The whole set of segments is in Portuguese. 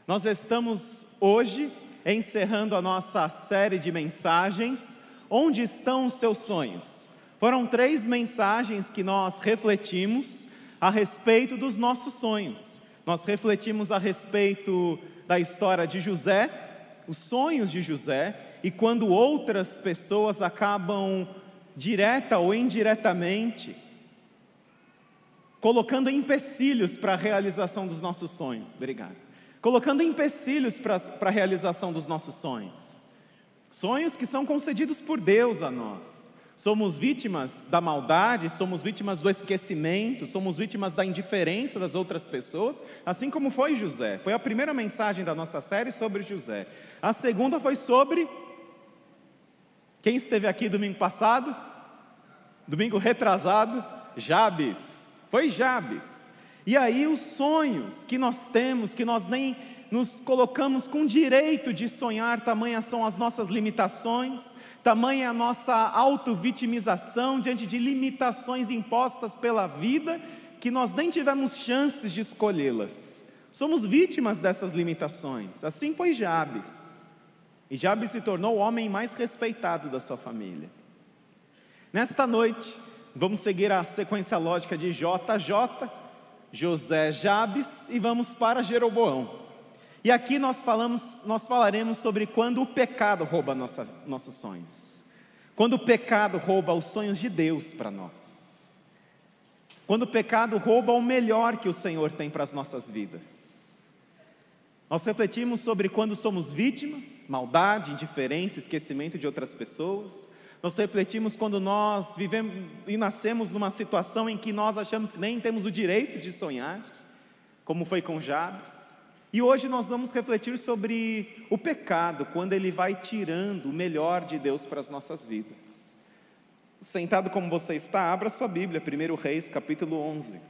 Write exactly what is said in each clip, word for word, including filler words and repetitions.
Nós estamos hoje encerrando a nossa série de mensagens, Onde Estão os Seus Sonhos? Foram três mensagens que nós refletimos a respeito dos nossos sonhos. Nós refletimos a respeito da história de José, os sonhos de José, e quando outras pessoas acabam, direta ou indiretamente, colocando empecilhos para a realização dos nossos sonhos. Obrigado. Colocando empecilhos para, para a realização dos nossos sonhos. Sonhos que são concedidos por Deus a nós. Somos vítimas da maldade, somos vítimas do esquecimento, somos vítimas da indiferença das outras pessoas, assim como foi José. Foi a primeira mensagem da nossa série sobre José. A segunda foi sobre... Quem esteve aqui domingo passado? Domingo retrasado? Jabes. Foi Jabes. E aí os sonhos que nós temos, que nós nem nos colocamos com direito de sonhar, tamanhas são as nossas limitações, tamanha é a nossa auto-vitimização diante de limitações impostas pela vida, que nós nem tivemos chances de escolhê-las. Somos vítimas dessas limitações. Assim foi Jabes. E Jabes se tornou o homem mais respeitado da sua família. Nesta noite, vamos seguir a sequência lógica de J J, José, Jabes, e vamos para Jeroboão. E aqui nós, falamos, nós falaremos sobre quando o pecado rouba nossa, nossos sonhos. Quando o pecado rouba os sonhos de Deus para nós. Quando o pecado rouba o melhor que o Senhor tem para as nossas vidas. Nós refletimos sobre quando somos vítimas, maldade, indiferença, esquecimento de outras pessoas. Nós refletimos quando nós vivemos e nascemos numa situação em que nós achamos que nem temos o direito de sonhar, como foi com Jabes. E hoje nós vamos refletir sobre o pecado, quando ele vai tirando o melhor de Deus para as nossas vidas. Sentado como você está, abra sua Bíblia, primeiro Reis, capítulo onze.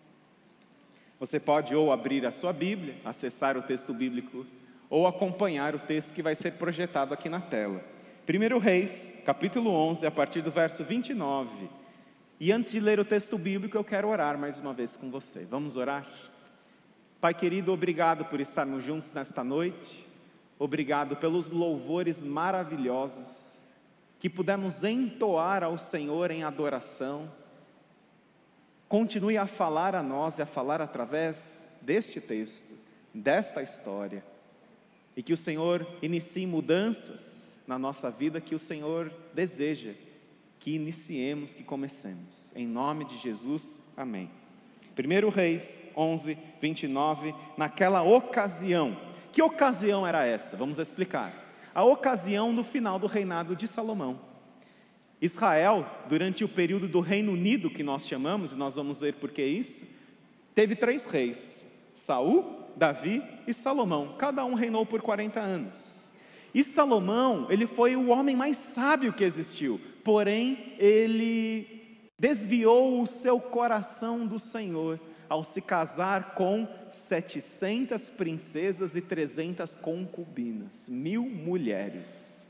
Você pode ou abrir a sua Bíblia, acessar o texto bíblico, ou acompanhar o texto que vai ser projetado aqui na tela. primeiro Reis, capítulo onze, a partir do verso vinte e nove. E antes de ler o texto bíblico, eu quero orar mais uma vez com você. Vamos orar? Pai querido, obrigado por estarmos juntos nesta noite. Obrigado pelos louvores maravilhosos que pudemos entoar ao Senhor em adoração. Continue a falar a nós e a falar através deste texto, desta história. E que o Senhor inicie mudanças na nossa vida que o Senhor deseja que iniciemos, que comecemos. Em nome de Jesus, amém. primeiro Reis onze, vinte e nove, naquela ocasião. Que ocasião era essa? Vamos explicar. A ocasião no final do reinado de Salomão. Israel, durante o período do Reino Unido, que nós chamamos, e nós vamos ver por que isso, teve três reis, Saul, Davi e Salomão. Cada um reinou por quarenta anos. E Salomão, ele foi o homem mais sábio que existiu, porém ele desviou o seu coração do Senhor ao se casar com setecentas princesas e trezentas concubinas, mil mulheres.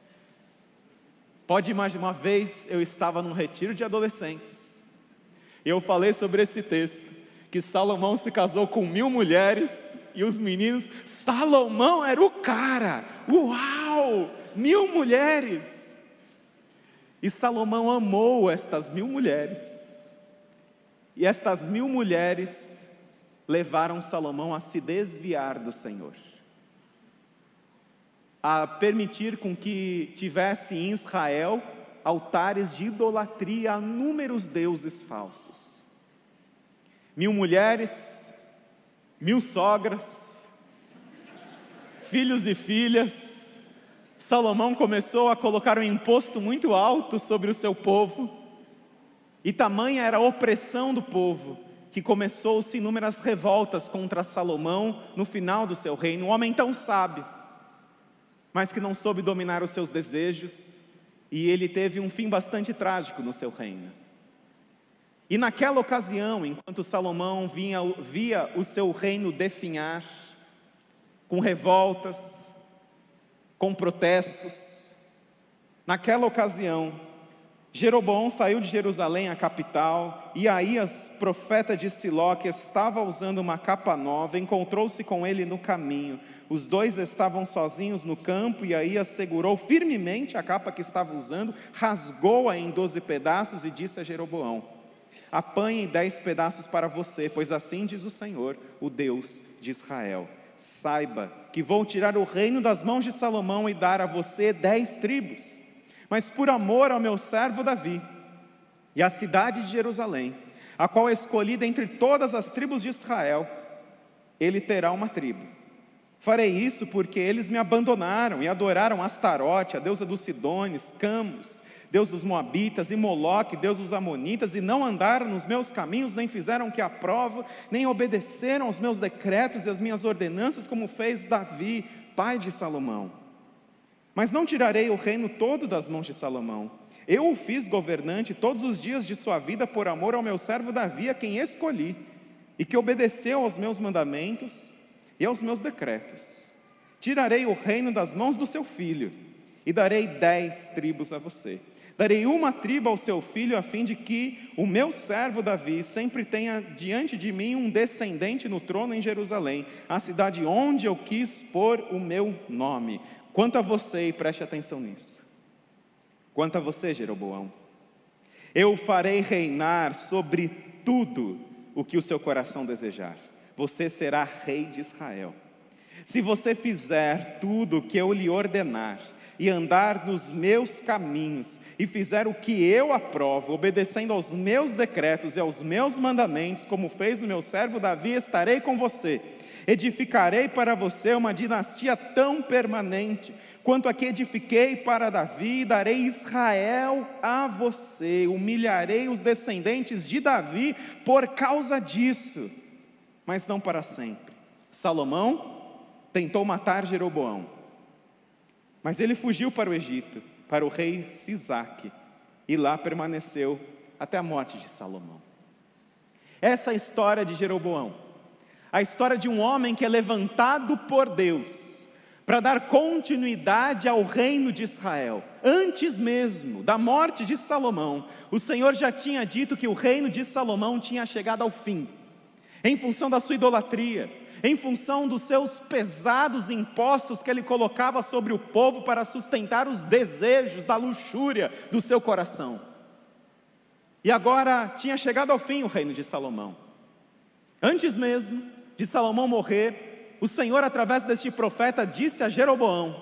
Pode imaginar, uma vez eu estava num retiro de adolescentes, e eu falei sobre esse texto, que Salomão se casou com mil mulheres, e os meninos, Salomão era o cara, uau, mil mulheres. E Salomão amou estas mil mulheres, e estas mil mulheres levaram Salomão a se desviar do Senhor, a permitir com que tivesse em Israel altares de idolatria a inúmeros deuses falsos. Mil mulheres, mil sogras, filhos e filhas. Salomão começou a colocar um imposto muito alto sobre o seu povo, e tamanha era a opressão do povo, que começou-se inúmeras revoltas contra Salomão no final do seu reino. Um homem tão sábio, mas que não soube dominar os seus desejos, e ele teve um fim bastante trágico no seu reino. E naquela ocasião, enquanto Salomão vinha, via o seu reino definhar, com revoltas, com protestos, naquela ocasião, Jeroboão saiu de Jerusalém, a capital, e Aías, profeta de Siló, que estava usando uma capa nova, encontrou-se com ele no caminho. Os dois estavam sozinhos no campo, e Aías segurou firmemente a capa que estava usando, rasgou-a em doze pedaços e disse a Jeroboão: apanhe dez pedaços para você, pois assim diz o Senhor, o Deus de Israel: saiba que vou tirar o reino das mãos de Salomão e dar a você dez tribos. Mas por amor ao meu servo Davi e à cidade de Jerusalém, a qual escolhi dentre todas as tribos de Israel, ele terá uma tribo. Farei isso porque eles me abandonaram e adoraram Astarote, a deusa dos Sidones, Camos, deus dos Moabitas, e Moloque, deus dos Amonitas, e não andaram nos meus caminhos, nem fizeram o que aprovo, nem obedeceram aos meus decretos e às minhas ordenanças, como fez Davi, pai de Salomão. Mas não tirarei o reino todo das mãos de Salomão. Eu o fiz governante todos os dias de sua vida por amor ao meu servo Davi, a quem escolhi, e que obedeceu aos meus mandamentos e aos meus decretos. Tirarei o reino das mãos do seu filho, e darei dez tribos a você. Darei uma tribo ao seu filho, a fim de que o meu servo Davi sempre tenha diante de mim um descendente no trono em Jerusalém, a cidade onde eu quis pôr o meu nome. Quanto a você, e preste atenção nisso, quanto a você, Jeroboão, eu farei reinar sobre tudo o que o seu coração desejar. Você será rei de Israel. Se você fizer tudo o que eu lhe ordenar, e andar nos meus caminhos, e fizer o que eu aprovo, obedecendo aos meus decretos e aos meus mandamentos, como fez o meu servo Davi, estarei com você. Edificarei para você uma dinastia tão permanente, quanto a que edifiquei para Davi, e darei Israel a você. Humilharei os descendentes de Davi por causa disso, mas não para sempre. Salomão tentou matar Jeroboão, mas ele fugiu para o Egito, para o rei Sisaque, e lá permaneceu até a morte de Salomão. Essa é a história de Jeroboão, a história de um homem que é levantado por Deus para dar continuidade ao reino de Israel. Antes mesmo da morte de Salomão, o Senhor já tinha dito que o reino de Salomão tinha chegado ao fim, em função da sua idolatria, em função dos seus pesados impostos que ele colocava sobre o povo para sustentar os desejos da luxúria do seu coração. E agora tinha chegado ao fim o reino de Salomão. Antes mesmo de Salomão morrer, o Senhor, através deste profeta, disse a Jeroboão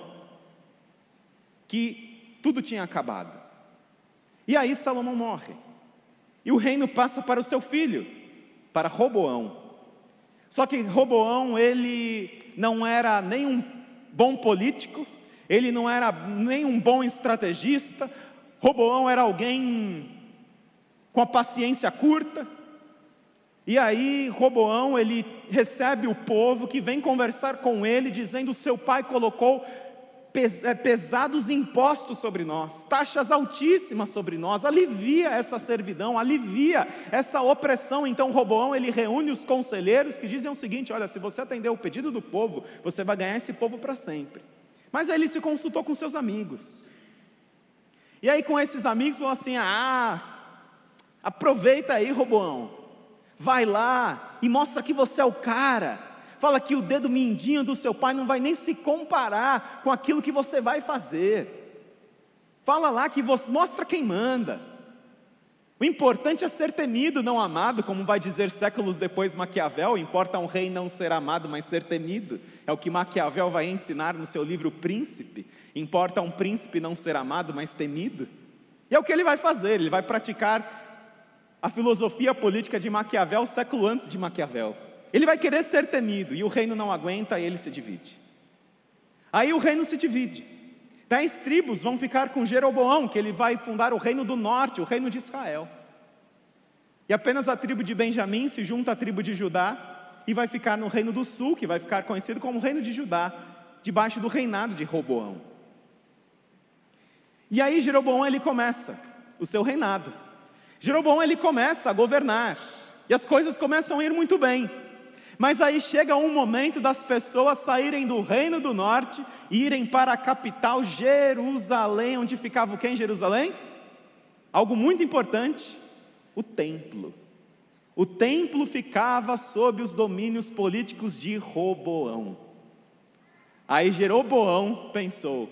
que tudo tinha acabado. E aí Salomão morre, e o reino passa para o seu filho, para Roboão. Só que Roboão, ele não era nem um bom político, ele não era nem um bom estrategista. Roboão era alguém com a paciência curta. E aí Roboão, ele recebe o povo que vem conversar com ele, dizendo: seu pai colocou pesados impostos sobre nós, taxas altíssimas sobre nós, alivia essa servidão, alivia essa opressão. Então Roboão, ele reúne os conselheiros que dizem o seguinte: olha, se você atender o pedido do povo, você vai ganhar esse povo para sempre. Mas aí ele se consultou com seus amigos, e aí com esses amigos falou assim: ah, aproveita aí, Roboão, vai lá e mostra que você é o cara. Fala que o dedo mindinho do seu pai não vai nem se comparar com aquilo que você vai fazer. Fala lá que você mostra quem manda. O importante é ser temido, não amado, como vai dizer séculos depois Maquiavel. Importa um rei não ser amado, mas ser temido. É o que Maquiavel vai ensinar no seu livro Príncipe. Importa um príncipe não ser amado, mas temido. E é o que ele vai fazer, ele vai praticar a filosofia política de Maquiavel século antes de Maquiavel. Ele vai querer ser temido, e o reino não aguenta, e ele se divide. Aí o reino se divide. Dez tribos vão ficar com Jeroboão, que ele vai fundar o reino do norte, o reino de Israel. E apenas a tribo de Benjamim se junta à tribo de Judá, e vai ficar no reino do sul, que vai ficar conhecido como o reino de Judá, debaixo do reinado de Roboão. E aí Jeroboão, ele começa o seu reinado. Jeroboão, ele começa a governar, e as coisas começam a ir muito bem. Mas aí chega um momento das pessoas saírem do reino do norte e irem para a capital Jerusalém, onde ficava o quê em Jerusalém? Algo muito importante, o templo. O templo ficava sob os domínios políticos de Roboão. Aí Jeroboão pensou: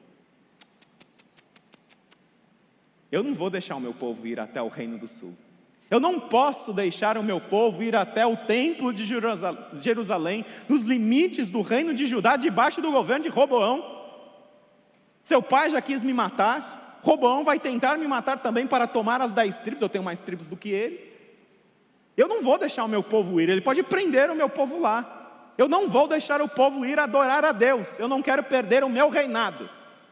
eu não vou deixar o meu povo ir até o reino do sul. Eu não posso deixar o meu povo ir até o templo de Jerusalém, nos limites do reino de Judá, debaixo do governo de Roboão. Seu pai já quis me matar, Roboão vai tentar me matar também para tomar as dez tribos, eu tenho mais tribos do que ele. Eu não vou deixar o meu povo ir, ele pode prender o meu povo lá. Eu não vou deixar o povo ir adorar a Deus, eu não quero perder o meu reinado.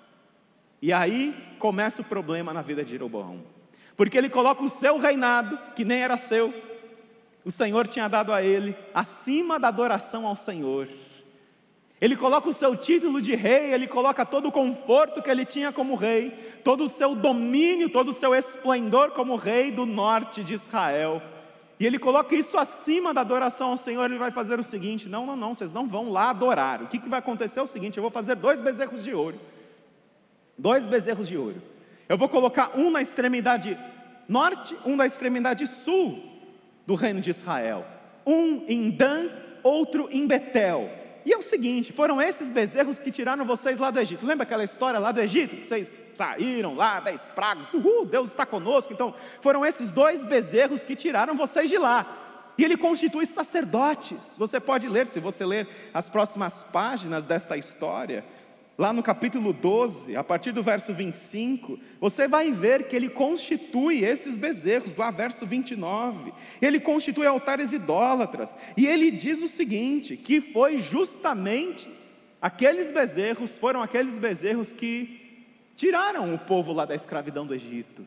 E aí começa o problema na vida de Jeroboão, porque ele coloca o seu reinado, que nem era seu, o Senhor tinha dado a ele, acima da adoração ao Senhor. Ele coloca o seu título de rei, ele coloca todo o conforto que ele tinha como rei, todo o seu domínio, todo o seu esplendor como rei do norte de Israel. E ele coloca isso acima da adoração ao Senhor. Ele vai fazer o seguinte: não, não, não, vocês não vão lá adorar. O que, que vai acontecer é o seguinte: eu vou fazer dois bezerros de ouro. Dois bezerros de ouro. Eu vou colocar um na extremidade norte, um na extremidade sul do reino de Israel. Um em Dan, outro em Betel. E é o seguinte: foram esses bezerros que tiraram vocês lá do Egito. Lembra aquela história lá do Egito? Que vocês saíram lá, dez pragas, uhul, Deus está conosco. Então, foram esses dois bezerros que tiraram vocês de lá. E ele constitui sacerdotes. Você pode ler, se você ler as próximas páginas desta história, lá no capítulo doze, a partir do verso vinte e cinco, você vai ver que ele constitui esses bezerros, lá verso vinte e nove, ele constitui altares idólatras, e ele diz o seguinte, que foi justamente aqueles bezerros, foram aqueles bezerros que tiraram o povo lá da escravidão do Egito,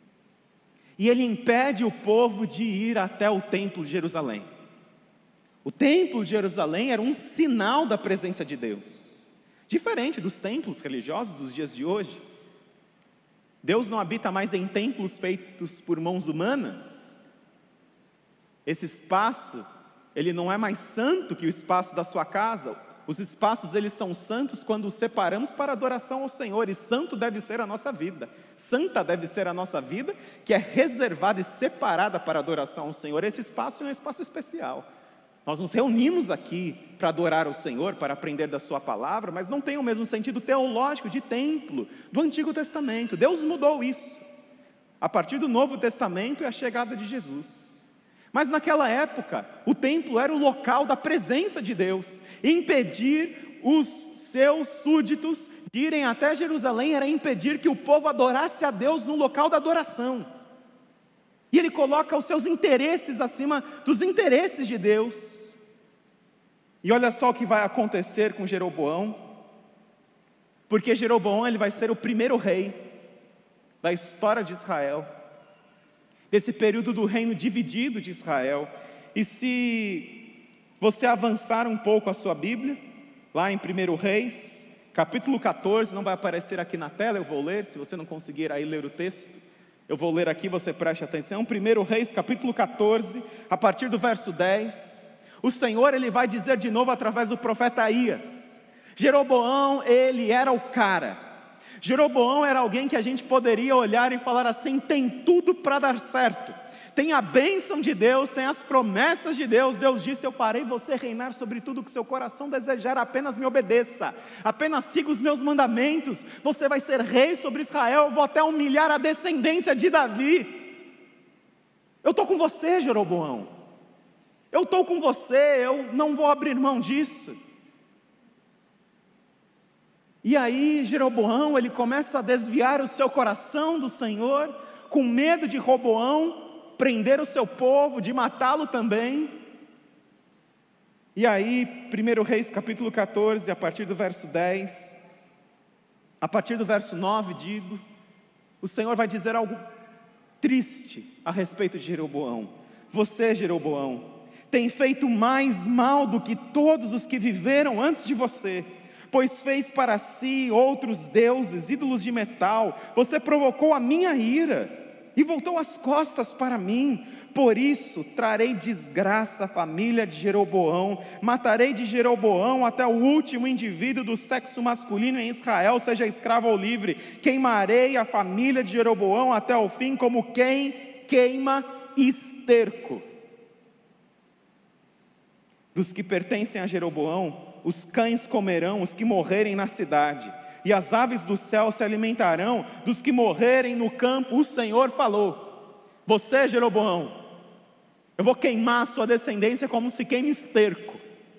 e ele impede o povo de ir até o templo de Jerusalém. O templo de Jerusalém era um sinal da presença de Deus, diferente dos templos religiosos dos dias de hoje. Deus não habita mais em templos feitos por mãos humanas. Esse espaço, ele não é mais santo que o espaço da sua casa. Os espaços, eles são santos quando os separamos para adoração ao Senhor, e santo deve ser a nossa vida. Santa deve ser a nossa vida, que é reservada e separada para adoração ao Senhor. Esse espaço é um espaço especial. Nós nos reunimos aqui para adorar o Senhor, para aprender da sua palavra, mas não tem o mesmo sentido teológico de templo do Antigo Testamento. Deus mudou isso a partir do Novo Testamento e a chegada de Jesus. Mas naquela época, o templo era o local da presença de Deus. Impedir os seus súditos de irem até Jerusalém era impedir que o povo adorasse a Deus no local da adoração. E ele coloca os seus interesses acima dos interesses de Deus. E olha só o que vai acontecer com Jeroboão, porque Jeroboão ele vai ser o primeiro rei da história de Israel, desse período do reino dividido de Israel. E se você avançar um pouco a sua Bíblia, lá em primeiro Reis, capítulo catorze, não vai aparecer aqui na tela, eu vou ler, se você não conseguir aí ler o texto, eu vou ler aqui, você preste atenção. primeiro Reis, capítulo catorze, a partir do verso dez, o Senhor ele vai dizer de novo através do profeta Aías. Jeroboão, ele era o cara. Jeroboão era alguém que a gente poderia olhar e falar assim: tem tudo para dar certo, tem a bênção de Deus, tem as promessas de Deus. Deus disse: eu farei você reinar sobre tudo que seu coração desejar, apenas me obedeça, apenas siga os meus mandamentos, você vai ser rei sobre Israel, eu vou até humilhar a descendência de Davi. Eu estou com você, Jeroboão, eu estou com você, eu não vou abrir mão disso. E aí Jeroboão, ele começa a desviar o seu coração do Senhor, com medo de Roboão prender o seu povo, de matá-lo também. E aí, primeiro Reis capítulo catorze, a partir do verso dez, a partir do verso nove, digo, o Senhor vai dizer algo triste a respeito de Jeroboão. Você, Jeroboão, tem feito mais mal do que todos os que viveram antes de você, pois fez para si outros deuses, ídolos de metal. Você provocou a minha ira. e voltou as costas para mim. Por isso trarei desgraça à família de Jeroboão, matarei de Jeroboão até o último indivíduo do sexo masculino em Israel, seja escravo ou livre. Queimarei a família de Jeroboão até o fim, como quem queima esterco. Dos que pertencem a Jeroboão, os cães comerão os que morrerem na cidade, e as aves do céu se alimentarão dos que morrerem no campo. O Senhor falou. Você, Jeroboão, eu vou queimar a sua descendência como se queima esterco.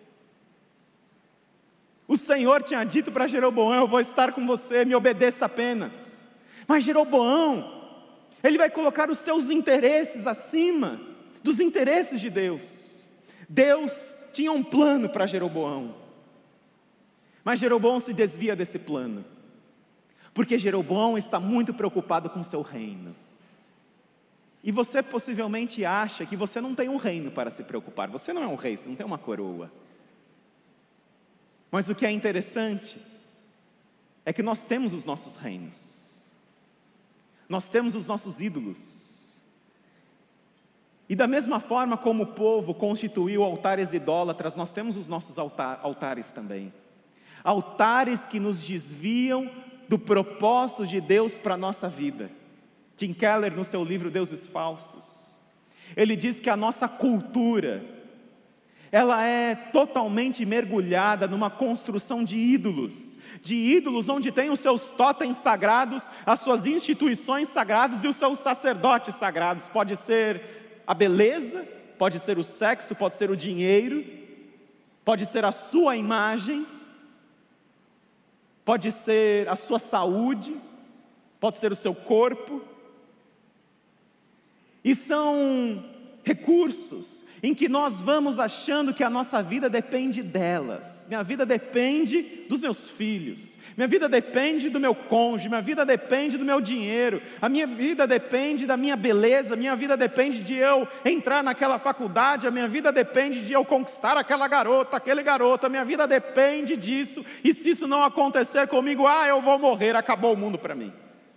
O Senhor tinha dito para Jeroboão: eu vou estar com você, me obedeça apenas. Mas Jeroboão, ele vai colocar os seus interesses acima dos interesses de Deus. Deus tinha um plano para Jeroboão, mas Jeroboão se desvia desse plano, porque Jeroboão está muito preocupado com o seu reino. E você possivelmente acha que você não tem um reino para se preocupar. Você não é um rei, você não tem uma coroa. Mas o que é interessante é que nós temos os nossos reinos. Nós temos os nossos ídolos. E da mesma forma como o povo constituiu altares idólatras, nós temos os nossos altar, altares também. Altares que nos desviam do propósito de Deus para a nossa vida. Tim Keller, no seu livro Deuses Falsos, ele diz que a nossa cultura, ela é totalmente mergulhada numa construção de ídolos, de ídolos onde tem os seus totens sagrados, as suas instituições sagradas e os seus sacerdotes sagrados. Pode ser a beleza, pode ser o sexo, pode ser o dinheiro, pode ser a sua imagem, pode ser a sua saúde, pode ser o seu corpo. E são recursos em que nós vamos achando que a nossa vida depende delas. Minha vida depende dos meus filhos, minha vida depende do meu cônjuge, minha vida depende do meu dinheiro, a minha vida depende da minha beleza, a minha vida depende de eu entrar naquela faculdade, a minha vida depende de eu conquistar aquela garota, aquele garoto, a minha vida depende disso, e se isso não acontecer comigo, ah, eu vou morrer, acabou o mundo para mim.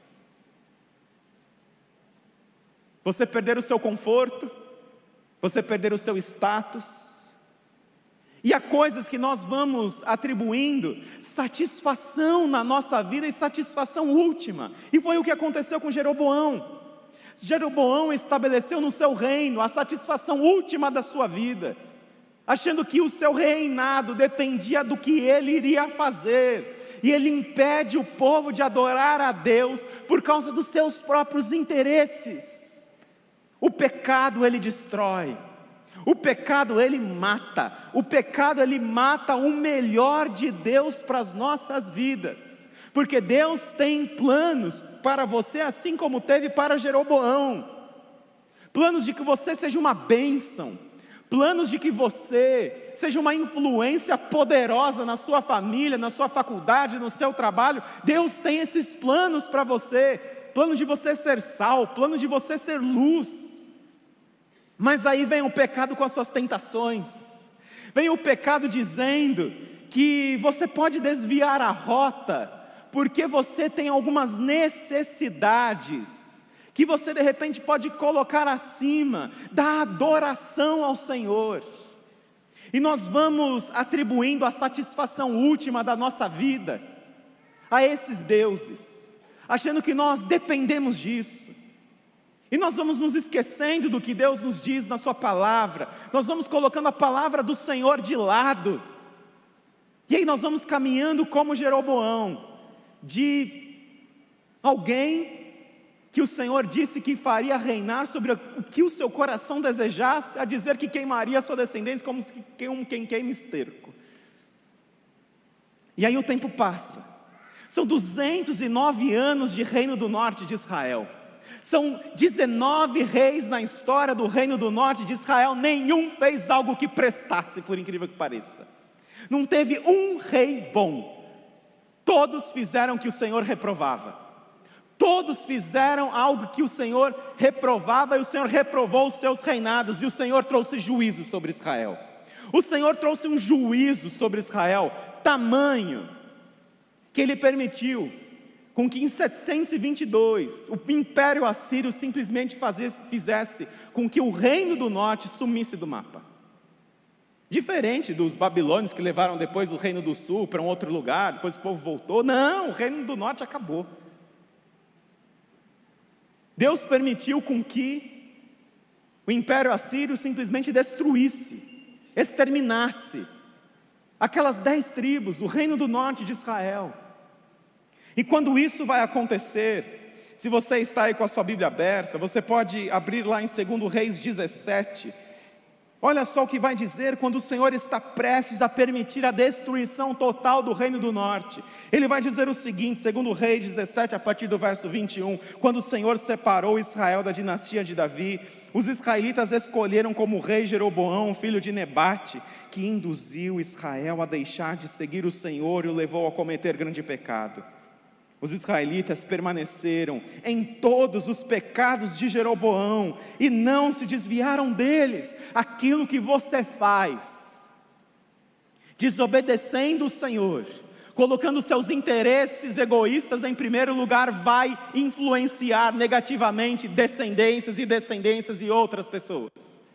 Você perder o seu conforto, você perder o seu status, e há coisas que nós vamos atribuindo satisfação na nossa vida e satisfação última, e foi o que aconteceu com Jeroboão. Jeroboão estabeleceu no seu reino a satisfação última da sua vida, achando que o seu reinado dependia do que ele iria fazer, e ele impede o povo de adorar a Deus por causa dos seus próprios interesses. O pecado ele destrói, o pecado ele mata, o pecado ele mata o melhor de Deus para as nossas vidas, porque Deus tem planos para você assim como teve para Jeroboão, planos de que você seja uma bênção, planos de que você seja uma influência poderosa na sua família, na sua faculdade, no seu trabalho. Deus tem esses planos para você, plano de você ser sal, plano de você ser luz. Mas aí vem o pecado com as suas tentações, vem o pecado dizendo que você pode desviar a rota, porque você tem algumas necessidades, que você de repente pode colocar acima da adoração ao Senhor, e nós vamos atribuindo a satisfação última da nossa vida a esses deuses, achando que nós dependemos disso. E nós vamos nos esquecendo do que Deus nos diz na sua palavra, nós vamos colocando a palavra do Senhor de lado, e aí nós vamos caminhando como Jeroboão, de alguém que o Senhor disse que faria reinar sobre o que o seu coração desejasse, a dizer que queimaria a sua descendência como quem queima esterco. E aí o tempo passa, são duzentos e nove anos de reino do norte de Israel, são dezenove reis na história do reino do norte de Israel, nenhum fez algo que prestasse, por incrível que pareça. Não teve um rei bom, todos fizeram o que o Senhor reprovava, todos fizeram algo que o Senhor reprovava, e o Senhor reprovou os seus reinados, e o Senhor trouxe juízo sobre Israel. O Senhor trouxe um juízo sobre Israel, tamanho, que Ele permitiu com que em setecentos e vinte e dois o Império Assírio simplesmente fazesse, fizesse com que o Reino do Norte sumisse do mapa. Diferente dos babilônios que levaram depois o Reino do Sul para um outro lugar, depois o povo voltou. Não, o Reino do Norte acabou. Deus permitiu com que o Império Assírio simplesmente destruísse, exterminasse aquelas dez tribos, o Reino do Norte de Israel. E quando isso vai acontecer, se você está aí com a sua Bíblia aberta, você pode abrir lá em segundo Reis dezessete. Olha só o que vai dizer quando o Senhor está prestes a permitir a destruição total do Reino do Norte. Ele vai dizer o seguinte, segundo Reis dezessete, a partir do verso vinte e um, quando o Senhor separou Israel da dinastia de Davi, os israelitas escolheram como rei Jeroboão, filho de Nebate, que induziu Israel a deixar de seguir o Senhor e o levou a cometer grande pecado. Os israelitas permaneceram em todos os pecados de Jeroboão e não se desviaram deles. Aquilo que você faz, desobedecendo o Senhor, colocando seus interesses egoístas em primeiro lugar, vai influenciar negativamente descendências e descendências e outras pessoas.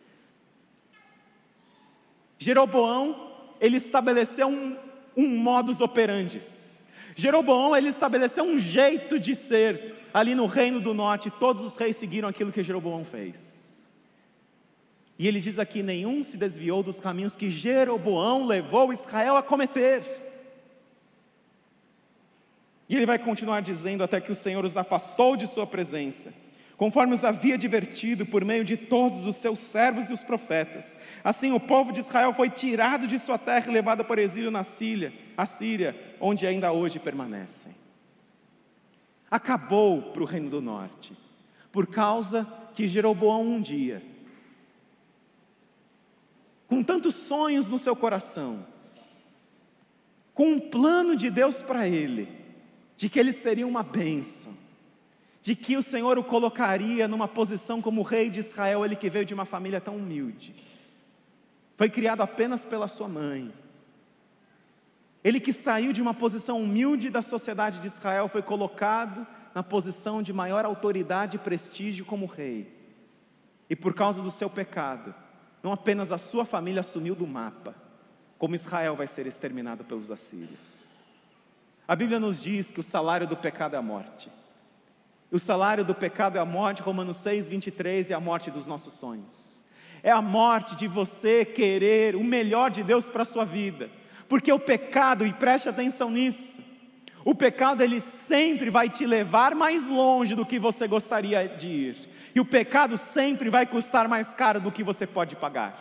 Jeroboão, ele estabeleceu um, um modus operandi. Jeroboão, ele estabeleceu um jeito de ser ali no Reino do Norte. Todos os reis seguiram aquilo que Jeroboão fez. E ele diz aqui, nenhum se desviou dos caminhos que Jeroboão levou Israel a cometer. E ele vai continuar dizendo até que o Senhor os afastou de sua presença, conforme os havia advertido por meio de todos os seus servos e os profetas. Assim o povo de Israel foi tirado de sua terra e levado para o exílio na Síria, a Síria, onde ainda hoje permanecem. Acabou para o Reino do Norte, por causa que Jeroboão um dia, com tantos sonhos no seu coração, com um plano de Deus para ele, de que ele seria uma bênção, de que o Senhor o colocaria numa posição como rei de Israel, ele que veio de uma família tão humilde, foi criado apenas pela sua mãe, ele que saiu de uma posição humilde da sociedade de Israel, foi colocado na posição de maior autoridade e prestígio como rei, e por causa do seu pecado, não apenas a sua família sumiu do mapa, como Israel vai ser exterminado pelos assírios. A Bíblia nos diz que o salário do pecado é a morte. O salário do pecado é a morte, Romanos seis, vinte e três, é a morte dos nossos sonhos. É a morte de você querer o melhor de Deus para a sua vida. Porque o pecado, e preste atenção nisso, o pecado ele sempre vai te levar mais longe do que você gostaria de ir. E o pecado sempre vai custar mais caro do que você pode pagar.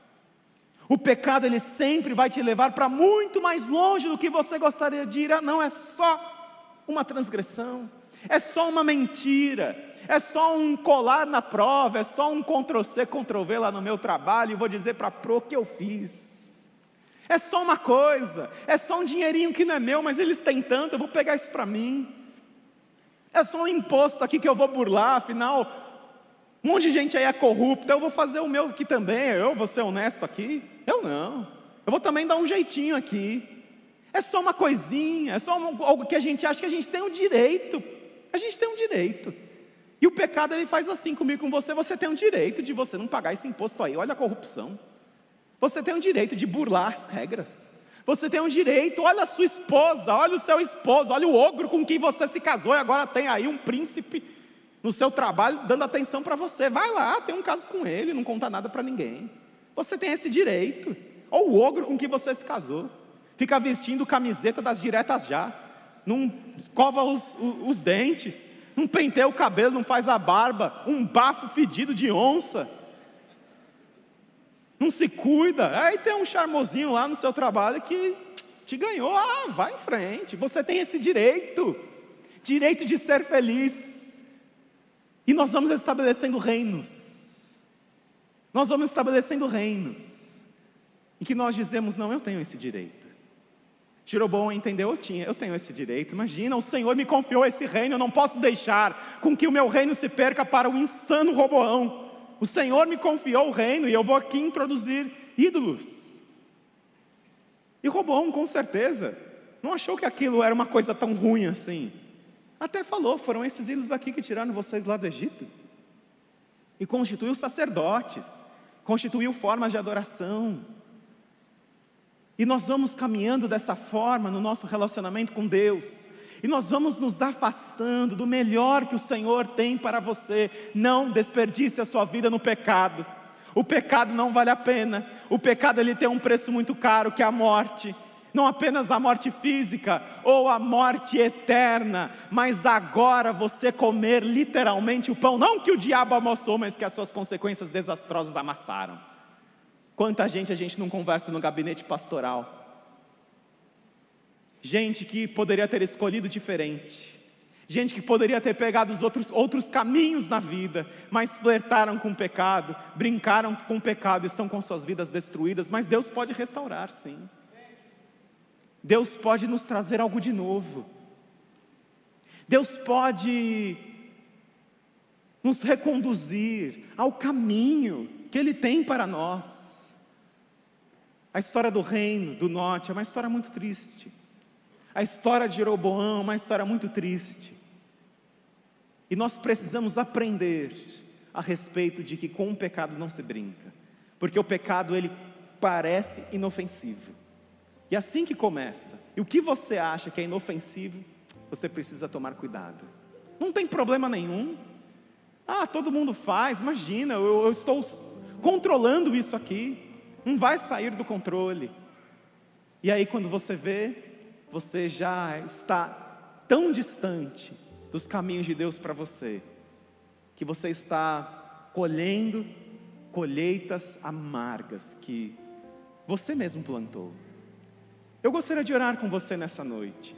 O pecado ele sempre vai te levar para muito mais longe do que você gostaria de ir. Ah, não, é só uma transgressão, é só uma mentira, é só um colar na prova, é só um control C, control V lá no meu trabalho e vou dizer para a pro que eu fiz. É só uma coisa, é só um dinheirinho que não é meu, mas eles têm tanto, eu vou pegar isso para mim. É só um imposto aqui que eu vou burlar, afinal, um monte de gente aí é corrupta, eu vou fazer o meu aqui também, eu vou ser honesto aqui? Eu não, eu vou também dar um jeitinho aqui. É só uma coisinha, é só um, algo que a gente acha que a gente tem o direito, a gente tem um direito. E o pecado ele faz assim comigo, com você, você tem um direito de você não pagar esse imposto aí, olha a corrupção. Você tem um direito de burlar as regras. Você tem um direito, olha a sua esposa, olha o seu esposo, olha o ogro com quem você se casou e agora tem aí um príncipe no seu trabalho dando atenção para você. Vai lá, tem um caso com ele, não conta nada para ninguém. Você tem esse direito. Ou o ogro com quem você se casou, fica vestindo camiseta das diretas já, não escova os, os, os dentes, não penteia o cabelo, não faz a barba, um bafo fedido de onça, não se cuida, aí tem um charmosinho lá no seu trabalho que te ganhou. Ah, vai em frente, você tem esse direito, direito de ser feliz. E nós vamos estabelecendo reinos, nós vamos estabelecendo reinos, em que nós dizemos, não, eu tenho esse direito. Jeroboão entendeu, eu tinha, eu tenho esse direito, imagina, o Senhor me confiou esse reino, eu não posso deixar com que o meu reino se perca para o insano Roboão. O Senhor me confiou o reino e eu vou aqui introduzir ídolos. E Roboão, com certeza, não achou que aquilo era uma coisa tão ruim assim. Até falou, foram esses ídolos aqui que tiraram vocês lá do Egito. E constituiu sacerdotes, constituiu formas de adoração. E nós vamos caminhando dessa forma no nosso relacionamento com Deus. E nós vamos nos afastando do melhor que o Senhor tem para você. Não desperdice a sua vida no pecado. O pecado não vale a pena. O pecado ele tem um preço muito caro, que é a morte. Não apenas a morte física ou a morte eterna, mas agora você comer literalmente o pão, não que o diabo amassou, mas que as suas consequências desastrosas amassaram. Quanta gente a gente não conversa no gabinete pastoral. Gente que poderia ter escolhido diferente. Gente que poderia ter pegado os outros, outros caminhos na vida, mas flertaram com o pecado, brincaram com o pecado, estão com suas vidas destruídas, mas Deus pode restaurar, sim. Deus pode nos trazer algo de novo. Deus pode nos reconduzir ao caminho que Ele tem para nós. A história do reino do norte é uma história muito triste. A história de Jeroboão é uma história muito triste. E nós precisamos aprender a respeito de que com o pecado não se brinca. Porque o pecado ele parece inofensivo. E assim que começa, e o que você acha que é inofensivo, você precisa tomar cuidado. Não tem problema nenhum. Ah, todo mundo faz, imagina, eu, eu estou controlando isso aqui. Não vai sair do controle. E aí quando você vê, você já está tão distante dos caminhos de Deus para você, que você está colhendo colheitas amargas que você mesmo plantou. Eu gostaria de orar com você nessa noite.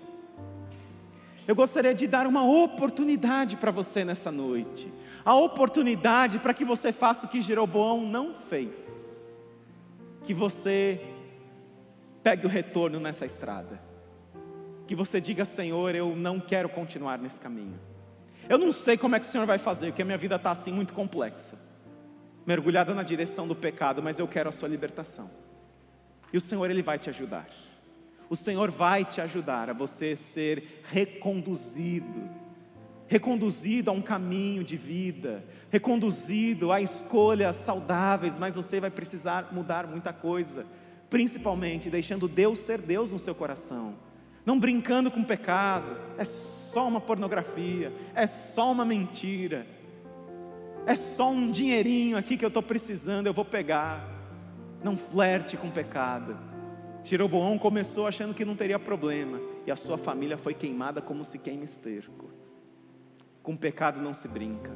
Eu gostaria de dar uma oportunidade para você nessa noite. A oportunidade para que você faça o que Jeroboão não fez. Que você pegue o retorno nessa estrada. Que você diga, Senhor, eu não quero continuar nesse caminho. Eu não sei como é que o Senhor vai fazer, porque a minha vida está assim muito complexa. Mergulhada na direção do pecado, mas eu quero a sua libertação. E o Senhor, Ele vai te ajudar. O Senhor vai te ajudar a você ser reconduzido, reconduzido a um caminho de vida, reconduzido a escolhas saudáveis, mas você vai precisar mudar muita coisa, principalmente deixando Deus ser Deus no seu coração, não brincando com o pecado. É só uma pornografia, é só uma mentira, é só um dinheirinho aqui que eu estou precisando, eu vou pegar. Não flerte com o pecado. Jeroboão começou achando que não teria problema, e a sua família foi queimada como se queima esterco. Com o pecado não se brinca.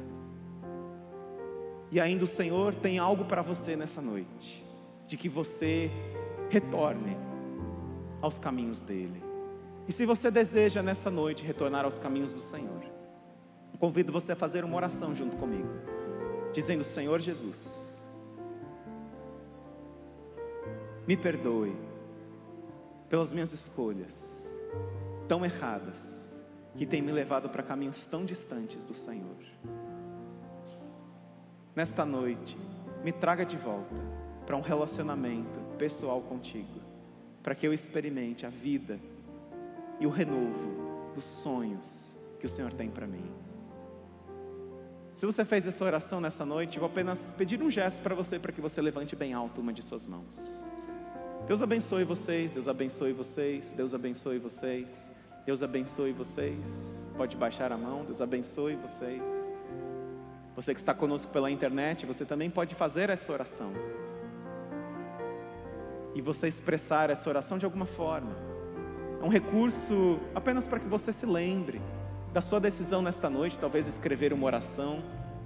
E ainda o Senhor tem algo para você nessa noite, de que você retorne aos caminhos dEle. E se você deseja nessa noite retornar aos caminhos do Senhor, eu convido você a fazer uma oração junto comigo, dizendo: Senhor Jesus, me perdoe pelas minhas escolhas tão erradas, que têm me levado para caminhos tão distantes do Senhor. Nesta noite, me traga de volta para um relacionamento pessoal contigo, para que eu experimente a vida e o renovo dos sonhos que o Senhor tem para mim. Se você fez essa oração nessa noite, eu vou apenas pedir um gesto para você, para que você levante bem alto uma de suas mãos. Deus abençoe vocês, Deus abençoe vocês, Deus abençoe vocês, Deus abençoe vocês. Pode baixar a mão, Deus abençoe vocês. Você que está conosco pela internet, você também pode fazer essa oração. E você expressar essa oração de alguma forma. É um recurso apenas para que você se lembre da sua decisão nesta noite, talvez escrever uma oração.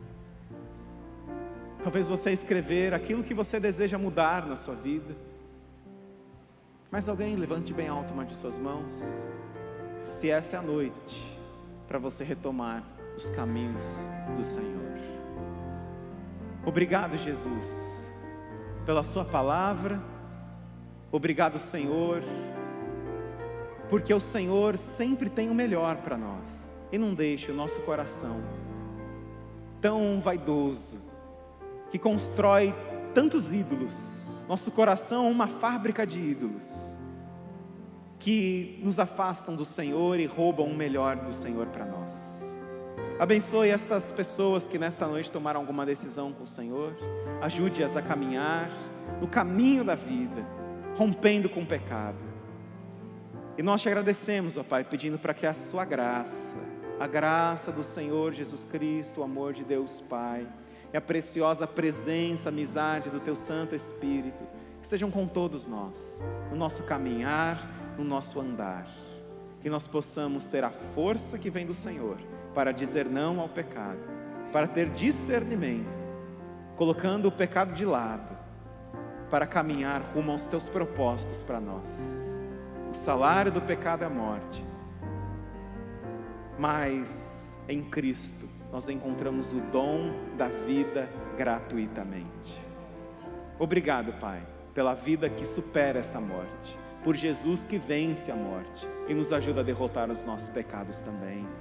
Talvez você escrever aquilo que você deseja mudar na sua vida. Mas alguém levante bem alto uma de suas mãos, se essa é a noite para você retomar os caminhos do Senhor. Obrigado, Jesus, pela sua palavra. Obrigado, Senhor, porque o Senhor sempre tem o melhor para nós, e não deixe o nosso coração tão vaidoso, que constrói tantos ídolos. Nosso coração é uma fábrica de ídolos, que nos afastam do Senhor e roubam o melhor do Senhor para nós. Abençoe estas pessoas que nesta noite tomaram alguma decisão com o Senhor. Ajude-as a caminhar no caminho da vida, rompendo com o pecado. E nós te agradecemos, ó Pai, pedindo para que a sua graça, a graça do Senhor Jesus Cristo, o amor de Deus Pai, e a preciosa presença, amizade do Teu Santo Espírito, estejam com todos nós, no nosso caminhar, no nosso andar. Que nós possamos ter a força que vem do Senhor, para dizer não ao pecado, para ter discernimento, colocando o pecado de lado, para caminhar rumo aos Teus propósitos para nós. O salário do pecado é a morte, mas em Cristo nós encontramos o dom da vida gratuitamente. Obrigado, Pai, pela vida que supera essa morte, por Jesus que vence a morte e nos ajuda a derrotar os nossos pecados também.